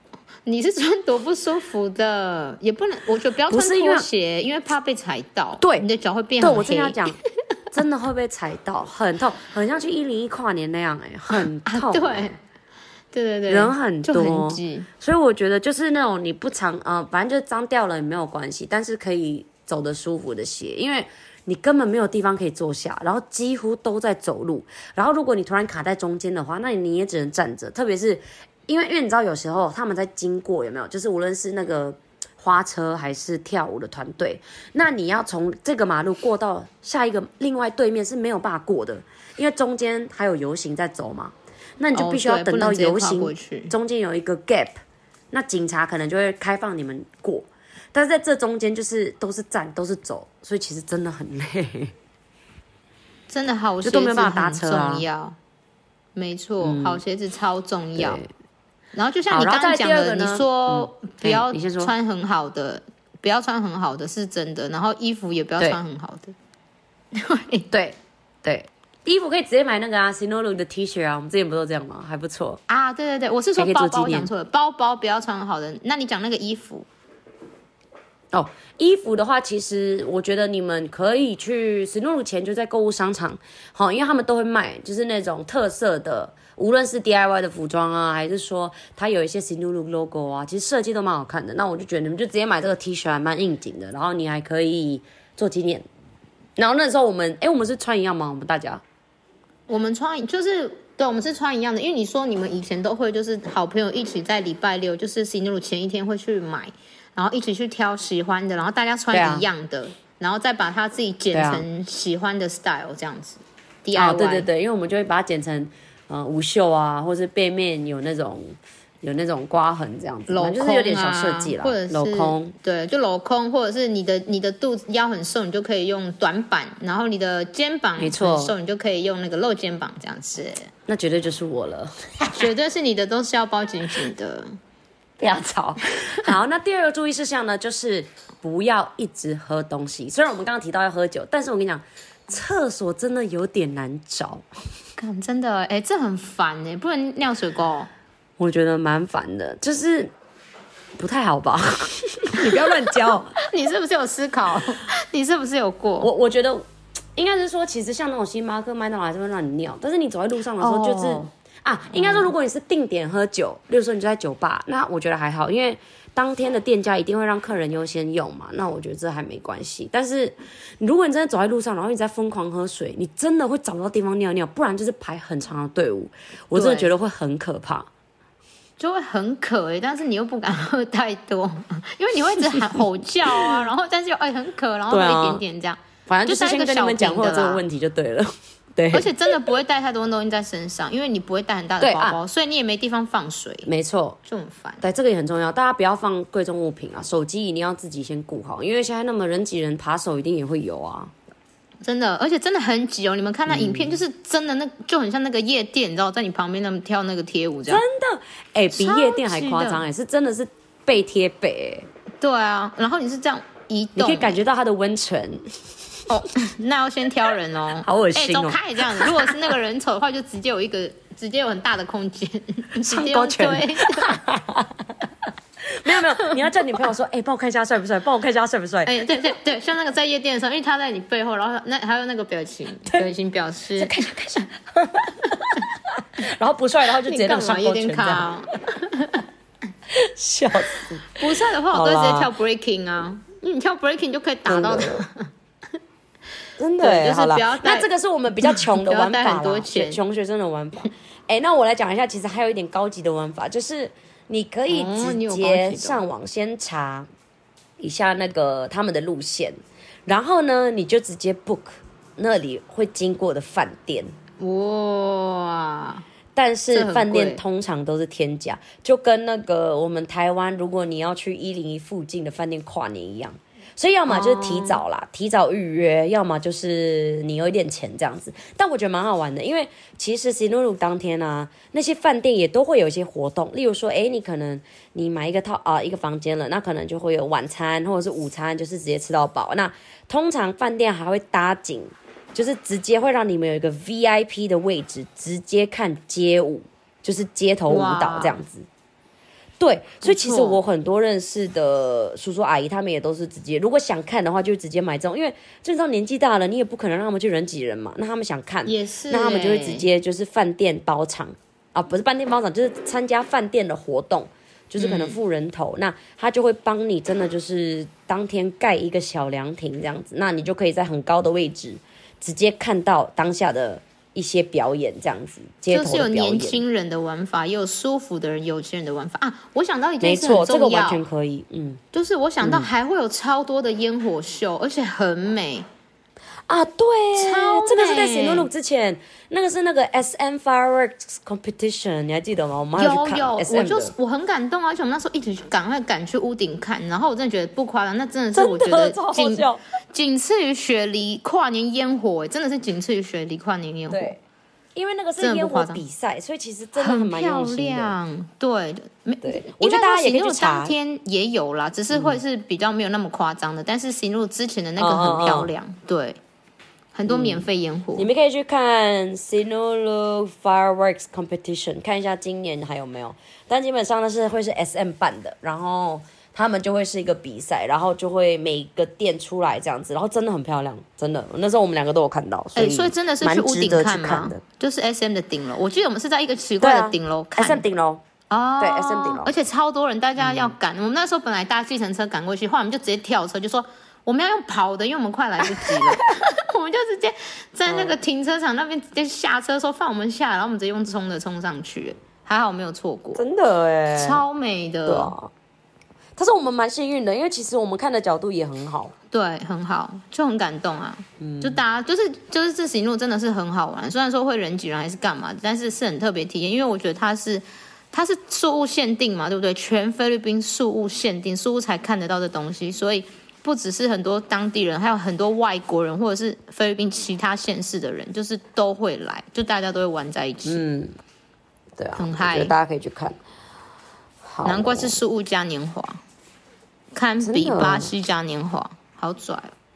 你是穿多不舒服的，也不能，我觉得不要穿拖鞋，因为怕被踩到。 对， 你的脚会变很黑。 对，我正要讲，真的会被踩到，很痛，很像去101跨年那样，很痛。 对， 人很多， 就很挤。 所以我觉得就是那种你不常反正就脏掉了也没有关系，但是可以走得舒服的鞋，因为你根本没有地方可以坐下，然后几乎都在走路，然后如果你突然卡在中间的话，那你也只能站着，特别是因为你知道有时候他们在经过有没有，就是无论是那个花车还是跳舞的团队，那你要从这个马路过到下一个另外对面是没有办法过的，因为中间还有游行在走嘛，那你就必须要等到游行中间有一个 gap， 那警察可能就会开放你们过，但是在这中间就是都是站都是走，所以其实真的很累， 真的好鞋子很重要，没错，好鞋子超重要。然后就像你刚刚讲的，你说不要穿很好的，不要穿很好的是真的，然后衣服也不要穿很好的。 对，衣服可以直接买那个Sinolu 的 T 恤啊，我们之前不都这样吗？还不错啊。对，我是说包包讲错了，包包不要穿很好的。那你讲那个衣服？ 衣服的话，其实我觉得你们可以去Sinolu前就在购物商场，因为他们都会卖，就是那种特色的。无论是 DIY 的服装啊，还是说它有一些 Sinolu logo 啊，其实设计都蛮好看的。那我就觉得你们就直接买这个 T 恤还蛮应景的，然后你还可以做纪念。然后那时候我们是穿一样吗？我们大家， 我们穿就是对，我们是穿一样的。因为你说你们以前都会就是好朋友一起在礼拜六，就是 Sinolu 前一天会去买，然后一起去挑喜欢的，然后大家穿一样的，然后再把它自己剪成喜欢的 style 这样子。DIY 对，因为我们就会把它剪成。无袖啊，或是背面有那种刮痕这样子，就是有点小设计啦， 或者是镂空， 对，就镂空，或者是你的肚子腰很瘦，你就可以用短版，然后你的肩膀很瘦，你就可以用那个露肩膀这样子。 那绝对就是我了， 绝对是你的，都是要包紧紧的， 不要吵。好，那第二个注意事项呢，就是不要一直喝东西。虽然我们刚刚提到要喝酒，但是我跟你讲，厕所真的有点难找。 真的这很烦不能尿水沟。 我觉得蛮烦的，就是不太好吧。你不要乱教。 你是不是有思考？你是不是有过？ 我觉得应该是说，其实像那种星巴克、麦当劳还是会让你尿，但是你走在路上的时候就是应该说如果你是定点喝酒，例如说你就在酒吧，那我觉得还好，因为当天的店家一定会让客人优先用嘛，那我觉得这还没关系。但是如果你真的走在路上，然后你在疯狂喝水，你真的会找不到地方尿尿，不然就是排很长的队伍，我真的觉得会很可怕， 就会很渴但是你又不敢喝太多，因为你会一直吼叫啊，然后但是又很渴，然后喝一点点这样， 反正就是先跟你们讲过这个问题就对了。对， 而且真的不会带太多东西在身上，因为你不会带很大的包包，所以你也没地方放水。 没错， 就很烦。 对，这个也很重要，大家不要放贵重物品啊，手机一定要自己先顾好，因为现在那么人挤人，扒手一定也会有啊。 真的，而且真的很挤哦！你们看那影片，就是真的那就很像那个夜店，你知道，在你旁边那么跳那个贴舞这样。 真的，比夜店还夸张是真的是背贴背。 对啊，然后你是这样移动， 你可以感觉到它的温存。 那要先挑人哦， 好恶心走开这样子。如果是那个人丑的话，就直接有很大的空间，直接用推。没有，你要叫你朋友说，帮我看一下帅不帅，帮我看一下帅不帅。 对，像那个在夜店的时候，因为他在你背后，然后还有那个表情表示， 看一下，然后不帅，然后就直接让上勾拳这样。笑死！ 不帅的话，我都直接跳 breaking 啊，因为你跳 breaking 就可以打到他。 真的就是不要那这个是我们比较穷的玩法啦， 很多钱穷学生的玩法。那我来讲一下，其实还有一点高级的玩法，就是你可以直接上网先查一下那个他们的路线，然后呢，你就直接 book 那里会经过的饭店。 哇！ 但是饭店通常都是天价，就跟那个我们台湾，如果你要去101附近的饭店跨年一样。所以要么就是提早啦，提早预约，要么就是你有一点钱这样子。但我觉得蛮好玩的，因为其实 Sinolu 当天啊，那些饭店也都会有一些活动，例如说，你可能你买一个一个房间了，那可能就会有晚餐或者是午餐，就是直接吃到饱。那通常饭店还会搭景，就是直接会让你们有一个 VIP 的位置，直接看街舞，就是街头舞蹈这样子。 对，所以其实我很多认识的叔叔阿姨，他们也都是直接，如果想看的话，就直接买这种，因为正常年纪大了，你也不可能让他们去人挤人嘛。那他们想看， 也是， 那他们就会直接就是饭店包场啊，不是饭店包场，就是参加饭店的活动，就是可能付人头，那他就会帮你真的就是当天盖一个小凉亭这样子，那你就可以在很高的位置直接看到当下的一些表演，这样子，街头的表演， 就是有年轻人的玩法，也有舒服的人、有钱人的玩法啊。我想到一件事很重要，没错，这个完全可以， 就是我想到还会有超多的烟火秀，而且很美啊，对， 超美， 这个是在 Sinulog 之前，那个是那个 SM Fireworks Competition， 你还记得吗？我们还有去看 SM 的， 我很感动啊，而且我们那时候一起赶快赶去屋顶看，然后我真的觉得不夸张，那真的是我觉得仅次于雪梨跨年烟火，真的是仅次于雪梨跨年烟火。 对，因为那个是烟火比赛，所以其实真的很蛮用心的。 漂亮，对， 我觉得大家也可以去查。 当天也有啦，只是会是比较没有那么夸张的，但是行路之前的那个很漂亮，对，很多免费烟火。 你们可以去看 Sinulog Fireworks Competition， 看一下今年还有没有。但基本上呢会是 SM 办的，然后他们就会是一个比赛，然后就会每个店出来这样子，然后真的很漂亮，真的。那时候我们两个都有看到，所以真的是去屋顶看吗？就是 SM 的顶楼，我记得我们是在一个奇怪的顶楼看 SM 顶楼。 哦， 对 SM 顶楼， 而且超多人，大家要赶。我们那时候本来搭计程车赶过去，后来我们就直接跳车，就说我们要用跑的，因为我们快来不及了。我们就直接在那个停车场那边直接下车说放我们下，然后我们直接用冲上去，还好没有错过。 真的哎， 超美的。 对啊，但是我们蛮幸运的，因为其实我们看的角度也很好。 对，很好，就很感动啊。就大家就是这行路真的是很好玩，虽然说会人挤人还是干嘛，但是很特别体验，因为我觉得它是宿务限定嘛，对不对？全菲律宾宿务限定，宿务才看得到的东西，所以不只是很多当地人，还有很多外国人或者是菲律宾其他县市的人，就是都会来，就大家都会玩在一起。 对啊， 很嗨， 我觉得大家可以去看。 难怪是宿务嘉年华，堪比巴西嘉年华，好拽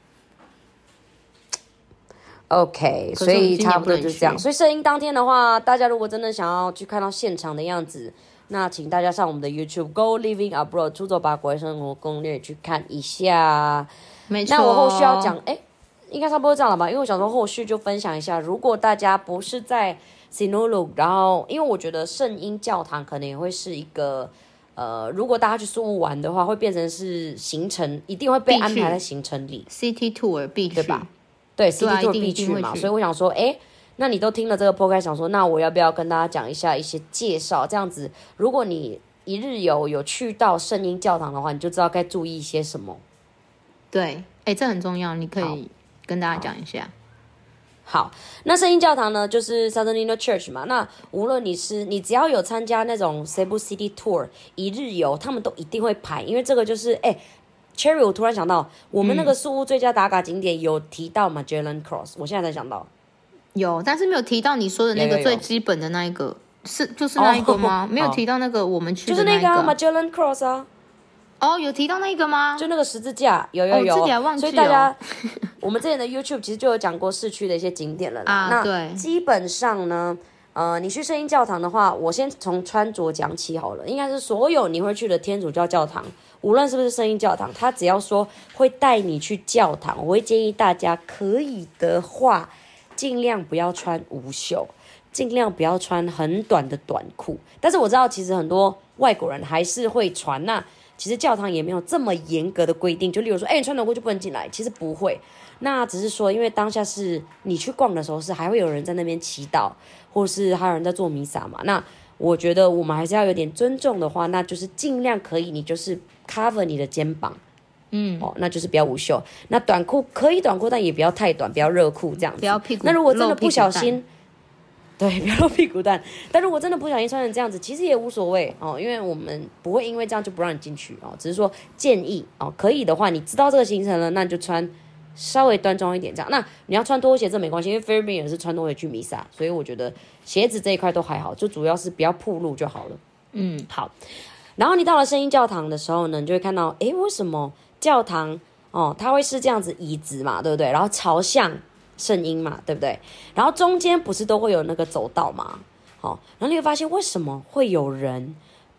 OK， 所以差不多就是这样。所以摄影当天的话，大家如果真的想要去看到现场的样子，那请大家上我们的 YouTube Go Living Abroad 出走吧国外生活攻略去看一下。 没错。 那我后续要讲，应该差不多这样了吧？因为我想说后续就分享一下，如果大家不是在 Sinulog， 然后因为我觉得圣婴教堂可能也会是一个如果大家去宿务玩的话，会变成是行程，一定会被安排在行程里 City Tour 必去， 对吧？对 ，City Tour 必去嘛，所以我想说，那你都听了这个 podcast， 想说，那我要不要跟大家讲一下一些介绍？这样子，如果你一日游有去到圣婴教堂的话，你就知道该注意一些什么。 对，这很重要，你可以跟大家讲一下。 好，那圣婴教堂呢，就是 Santo Niño Church 嘛。那无论你只要有参加那种 Cebu City Tour 一日游，他们都一定会排，因为这个就是Cherry， 我突然想到，我们那个宿务最佳打卡景点有提到 Magellan Cross， 我现在才想到， 有，但是没有提到你说的那个最基本的那一个，就是那一个吗？没有提到那个我们去的就是那个Magellan Cross 啊。 有提到那个吗？ 就那个十字架，有， 自己还忘记。 所以大家，我们之前的 YouTube 其实就有讲过市区的一些景点了啦。那对， 基本上呢，你去圣婴教堂的话，我先从穿着讲起好了。应该是所有你会去的天主教教堂，无论是不是圣婴教堂，他只要说会带你去教堂，我会建议大家可以的话，尽量不要穿无袖，尽量不要穿很短的短裤。但是我知道，其实很多外国人还是会穿那。其实教堂也没有这么严格的规定，就例如说，你穿短裤就不能进来，其实不会。那只是说，因为当下是你去逛的时候，是还会有人在那边祈祷，或是还有人在做弥撒嘛。那我觉得我们还是要有点尊重的话，那就是尽量可以，你就是 cover 你的肩膀，那就是不要无袖。那短裤可以短裤，但也不要太短，不要热裤这样子。 不要屁股。 那如果真的不小心。对，不要露屁股蛋。但如果真的不小心穿成这样子，其实也无所谓因为我们不会因为这样就不让你进去只是说建议可以的话，你知道这个行程了，那你就穿稍微端庄一点这样。那你要穿拖鞋这没关系，因为菲律宾也是穿拖鞋去弥撒，所以我觉得鞋子这一块都还好，就主要是不要暴露就好了。好。然后你到了圣婴教堂的时候呢，你就会看到，为什么教堂它会是这样子椅子嘛，对不对？然后朝向圣婴嘛，对不对？然后中间不是都会有那个走道嘛，然后你会发现为什么会有人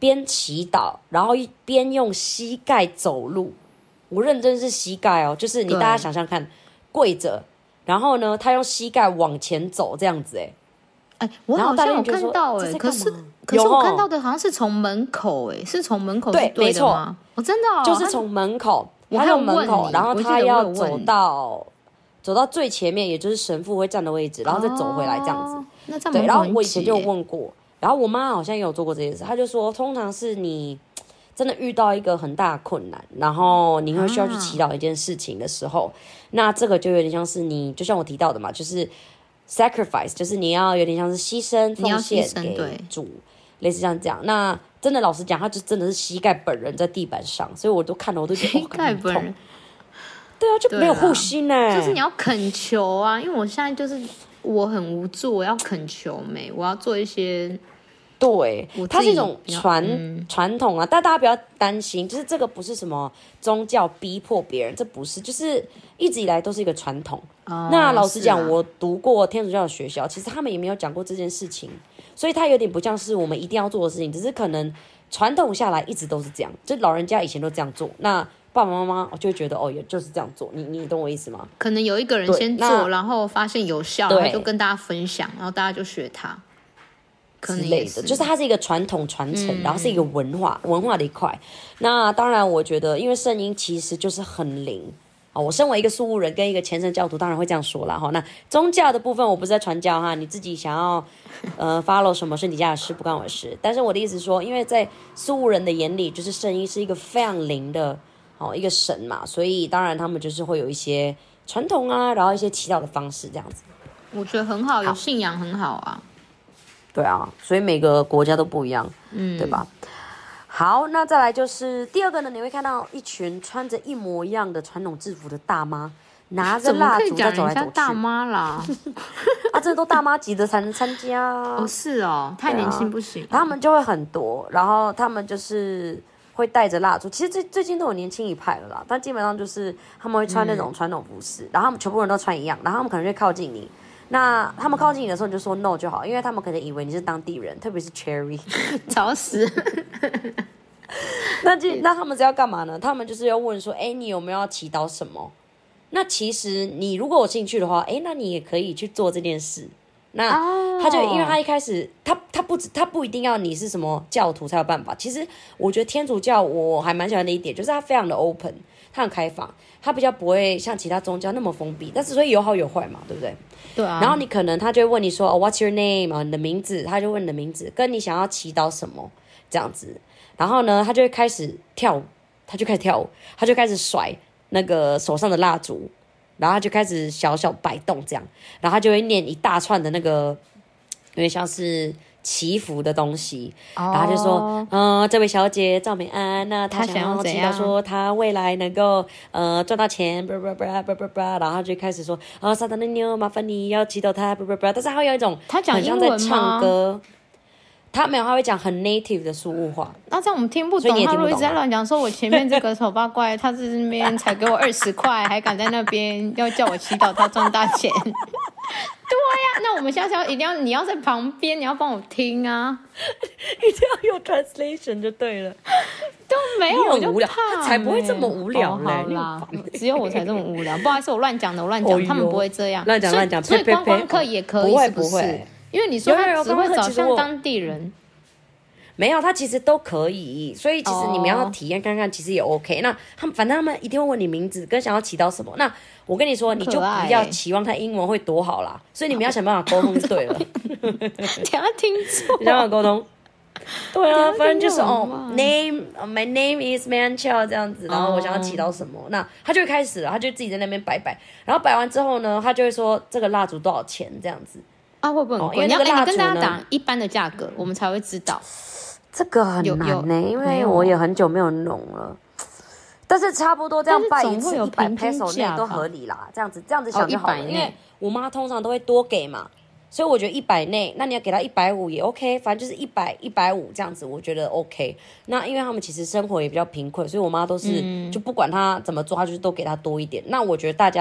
边祈祷，然后边用膝盖走路。我认真是膝盖哦，就是你大家想象看，跪着，然后呢，他用膝盖往前走这样子， 我好像有看到可是我看到的好像是从门口，是从门口是对的吗？真的就是从门口，他从门口，然后他要走到最前面，也就是神父会站的位置，然后再走回来这样子。 那这样对， 然后我以前就有问过，然后我妈好像也有做过这件事，她就说，通常是你真的遇到一个很大的困难，然后你会需要去祈祷一件事情的时候，那这个就有点像是你，就像我提到的嘛，就是 sacrifice， 就是你要有点像是牺牲奉献给主，类似像这样。那真的老实讲，他就真的是膝盖本人在地板上，所以我都看了我都觉得膝盖本人， 对啊，就没有护心就是你要恳求啊，因为我现在就是我很无助，我要恳求我要做一些。 对，它是一种传统啊，但大家不要担心，就是这个不是什么宗教逼迫别人，这不是，就是一直以来都是一个传统。那老实讲，我读过天主教的学校，其实他们也没有讲过这件事情，所以它有点不像是我们一定要做的事情，只是可能传统下来一直都是这样，就老人家以前都这样做，那爸爸妈妈就会觉得也就是这样做，你懂我意思吗？ 可能有一个人先做，然后发现有效，然后就跟大家分享，然后大家就学他。 之类的，就是它是一个传统传承，然后是一个文化的一块。那当然，我觉得因为圣经其实就是很灵我身为一个素物人跟一个虔诚教徒，当然会这样说啦。那宗教的部分我不是在传教哈，你自己想要follow 什么身体下的事不关我的事。但是我的意思说，因为在素物人的眼里，就是圣经是一个非常灵的一个神嘛，所以当然他们就是会有一些传统啊，然后一些祈祷的方式这样子。 我觉得很好，有信仰很好啊。 对啊，所以每个国家都不一样，对吧？好，那再来就是第二个呢，你会看到一群穿着一模一样的传统制服的大妈，拿着蜡烛在走来走去。 大妈啦， 这都大妈级的才能参加。 是哦，太年轻不行。 他们就会很多，然后他们就是会带着蜡烛。其实最近都有年轻一派了啦，但基本上就是他们会穿那种传统服饰，然后他们全部人都穿一样，然后他们可能会靠近你。那他们靠近你的时候，你就说 no 就好，因为他们可能以为你是当地人，特别是 Cherry， 吵死。 那他们是要干嘛呢？他们就是要问说，你有没有要祈祷什么？那其实你如果有兴趣的话，那你也可以去做这件事。那他就因为他一开始他不一定要你是什么教徒才有办法。其实我觉得天主教我还蛮喜欢的一点，就是他非常的 open， 他很开放，他比较不会像其他宗教那么封闭，但是所以有好有坏嘛，对不对？ 对啊。 然后你可能他就会问你说What's your name 你的名字，他就问你的名字，跟你想要祈祷什么这样子。然后呢，他就会开始跳舞，他就开始甩那个手上的蜡烛，然后他就开始小小摆动这样，然后他就会念一大串的那个有点像是祈福的东西，然后他就说这位小姐赵美安，那她想要祈祷说她未来能够赚到钱，然后他就开始说撒旦的妞，麻烦你要祈祷他，但是他会有一种他讲英文吗？ 很像在唱歌。他没有，他会讲很 native 的苏物话。 那这样我们听不懂。他如果一直在乱讲，说我前面这个丑八怪，他在那边才给我20块，还敢在那边要叫我祈祷他赚大钱。对呀，那我们下次一定要你要在旁边，你要帮我听啊， 一定要有 translation 就对了。 都没有，我就怕才不会这么无聊嘞。 好啦，只有我才这么无聊。不好意思，我乱讲的，他们不会这样。 乱讲， 所以观光客也可以， 不会。 因为你说他只会找像当地人， 没有，他其实都可以，所以其实你们要体验看看，其实也 OK。那反正他们一定会问你名字跟想要祈祷什么。那我跟你说，你就不要期望他英文会多好啦，所以你们要想办法沟通就对了。 等下听错， 想办法沟通。对啊，反正就是my name is Manchao 这样子，然后我想要祈祷什么，那他就会开始了，他就自己在那边摆，然后摆完之后呢，他就会说这个蜡烛多少钱这样子。 会不会很贵？你跟大家讲一般的价格，我们才会知道。 这个很难呢，因为我也很久没有弄了。但是差不多这样拜一次100 peso 内都合理啦，这样子想就好了。因为我妈通常都会多给嘛，所以我觉得100内，那你要给她150也 OK， 反正就是100、150这样子，我觉得 OK。那因为他们其实生活也比较贫困，所以我妈都是就不管她怎么做，她就是都给她多一点。那我觉得大家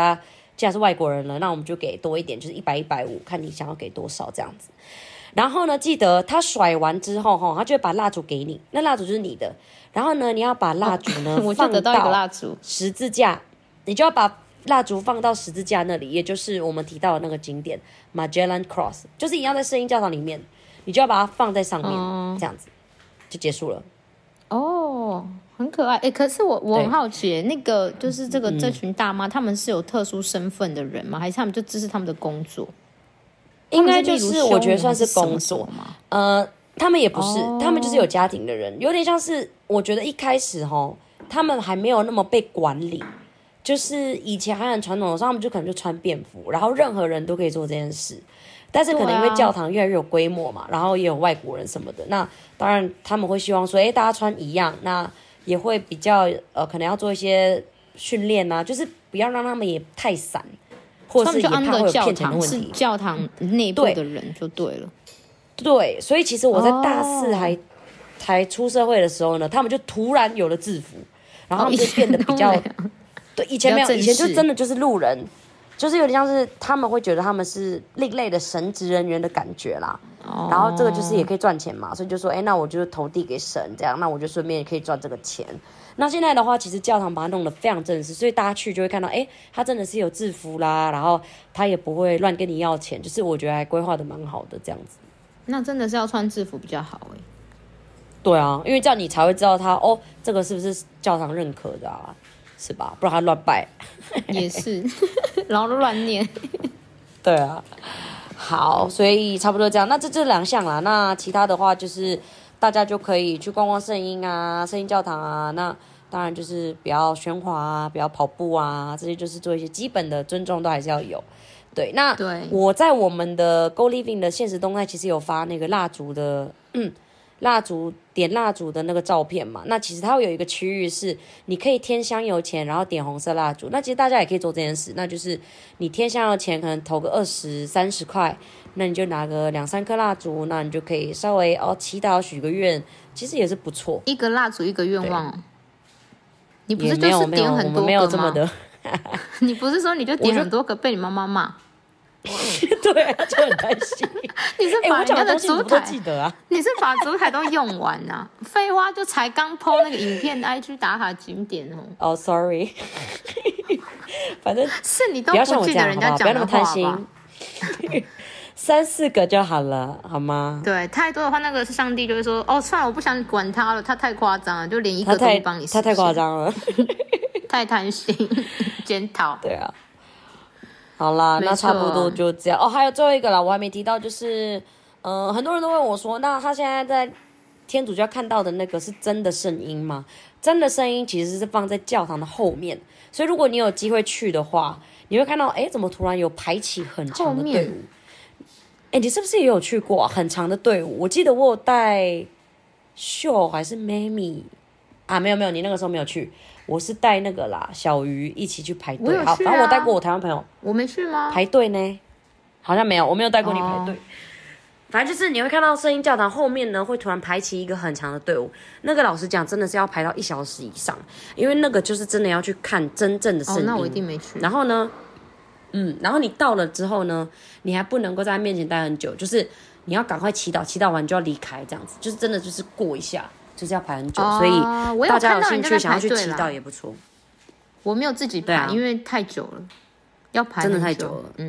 既然是外国人了，那我们就给多一点，就是100、150，看你想要给多少这样子。然后呢，记得他甩完之后，他就会把蜡烛给你，那蜡烛就是你的。然后呢，你要把蜡烛呢我就得到一个蜡烛十字架，你就要把蜡烛放到十字架那里，也就是我们提到的那个景点 Magellan Cross， 就是一样在圣婴教堂里面，你就要把它放在上面，这样子就结束了。 哦，很可爱。可是我很好奇，那个就是这群大妈，他们是有特殊身份的人吗？还是他们就只是他们的工作？ 应该就是我觉得算是工作嘛。他们也不是，他们就是有家庭的人，有点像是我觉得一开始他们还没有那么被管理，就是以前还很传统的时候，他们就可能就穿便服，然后任何人都可以做这件事。但是可能因为教堂越来越有规模嘛，然后也有外国人什么的，那当然他们会希望说，大家穿一样，那也会比较可能要做一些训练啊，就是不要让他们也太散。或者是也怕会有骗钱的问题， 是教堂内部的人就对了。 对，所以其实我在大四才出社会的时候呢，他们就突然有了制服，然后他们就变得比较，对，以前没有，以前就真的就是路人，就是有点像是他们会觉得他们是另类的神职人员的感觉啦。然后这个就是也可以赚钱嘛，所以就说，那我就投递给神这样，那我就顺便也可以赚这个钱。那现在的话，其实教堂把它弄得非常正式，所以大家去就会看到，他真的是有制服啦，然后他也不会乱跟你要钱，就是我觉得还规划的蛮好的这样子。 那真的是要穿制服比较好对啊，因为这样你才会知道他这个是不是教堂认可的啊，是吧？不然他乱拜。 也是，然后乱念。 对啊。好，所以差不多这样。那这2项啦，那其他的话就是大家就可以去逛逛圣婴啊、圣婴教堂啊。那当然就是不要喧哗啊，不要跑步啊，这些就是做一些基本的尊重都还是要有。对，那我在我们的 Go Living 的限时动态其实有发那个蜡烛的，点蜡烛的那个照片嘛。那其实它会有一个区域是你可以添香油钱，然后点红色蜡烛。那其实大家也可以做这件事，那就是你添香油钱可能投个20、30块，那你就拿个2-3颗蜡烛，那你就可以稍微祈祷许个愿，其实也是不错。 一个蜡烛一个愿望，你不是就是点很多个吗？ 没有这么的。 你不是说你就点很多个被你妈妈骂？ 对啊，就很担心。 你是把人家的烛台记得啊？ 你是把烛台都用完啊？废话，就才刚 po 那个影片 IG 打卡景点哦。sorry， 反正是你都不记得人家讲的话吧？不要那么贪心 ，3、4个就好了，好吗？ 对，太多的话，那个上帝就会说，算了，我不想管他了，他太夸张了，就连一个都不帮你实现。 他太夸张了， 太贪心，检讨。 对啊。好啦，那差不多就这样还有最后一个啦，我还没提到，就是很多人都问我说，那他现在在天主教看到的那个是真的圣婴吗？真的圣婴其实是放在教堂的后面，所以如果你有机会去的话，你会看到怎么突然有排起很长的队伍。你是不是也有去过很长的队伍？我记得我有带秀还是妹咪啊？没有，你那个时候没有去。我是带那个啦，小鱼一起去排队。好，反正我带过我台湾朋友。 我没去吗？ 排队呢？好像没有，我没有带过你排队。反正就是你会看到圣婴教堂后面呢，会突然排起一个很长的队伍。那个老实讲，真的是要排到1小时以上，因为那个就是真的要去看真正的圣婴。 那我一定没去。 然后呢，然后你到了之后呢，你还不能够在他面前待很久，就是你要赶快祈祷，祈祷完就要离开，这样子，就是真的就是过一下。就是要排很久，所以大家有兴趣想要去祈祷也不错。 我没有自己排，因为太久了，要排真的太久了。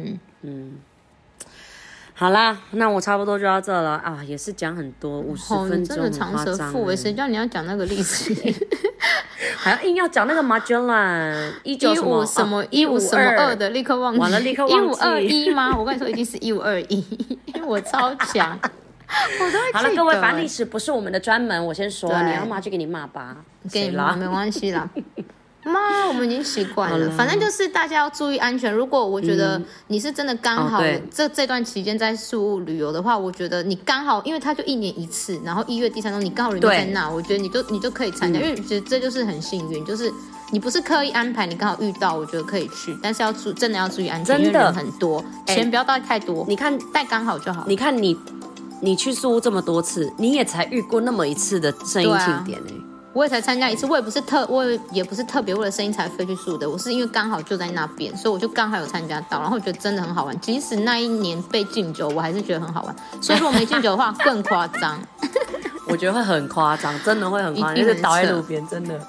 好啦，那我差不多就到这了啊，也是讲很多50分钟， 真的长舌妇谁叫你要讲那个历史？ 还要硬要讲那个Magellan 19 什么15什么2的，立刻忘记， 完了立刻忘记 1521吗？我跟你说，一定是1521，因为我超强。 好了，各位，反正历史不是我们的专门，我先说，你要骂就给你骂吧， 给你骂没关系啦。妈，我们已经习惯了。反正就是大家要注意安全。如果我觉得你是真的刚好这段期间在宿务旅游的话，我觉得你刚好，因为它就1年1次，然后1月第3周你刚好人就在那，我觉得你就可以参加，因为觉得这就是很幸运，就是你不是刻意安排，你刚好遇到，我觉得可以去，但是真的要注意安全，因为人很多，钱不要带太多， 你看带刚好就好。 你看你去宿务这么多次，你也才遇过那么一次的圣婴庆典我也才参加一次，我也不是特别为了声音才飞去树德，我是因为刚好就在那边，所以我就刚好有参加到，然后我觉得真的很好玩。即使那一年被禁酒，我还是觉得很好玩。所以如果没禁酒的话，更夸张。 我觉得会很夸张，真的会很夸张，就是倒在路边，真的。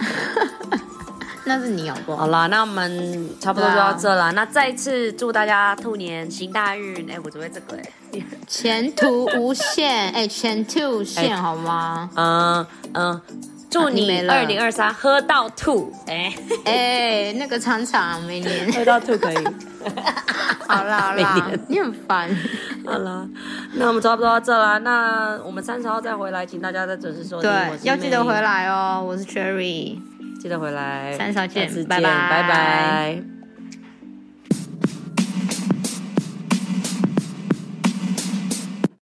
那是你好不好？ 好啦，那我们差不多就到这啦。那再次祝大家兔年行大运！我准备这个前途无限前途无限好吗？ 祝你2023喝到吐！ 那个常常每年喝到吐可以。 好啦，你很烦。 好啦，那我们差不多到这啦。那我们30号再回来，请大家再准时收听。 对，要记得回来哦。我是 Cherry。 记得回来 30号见， 拜拜。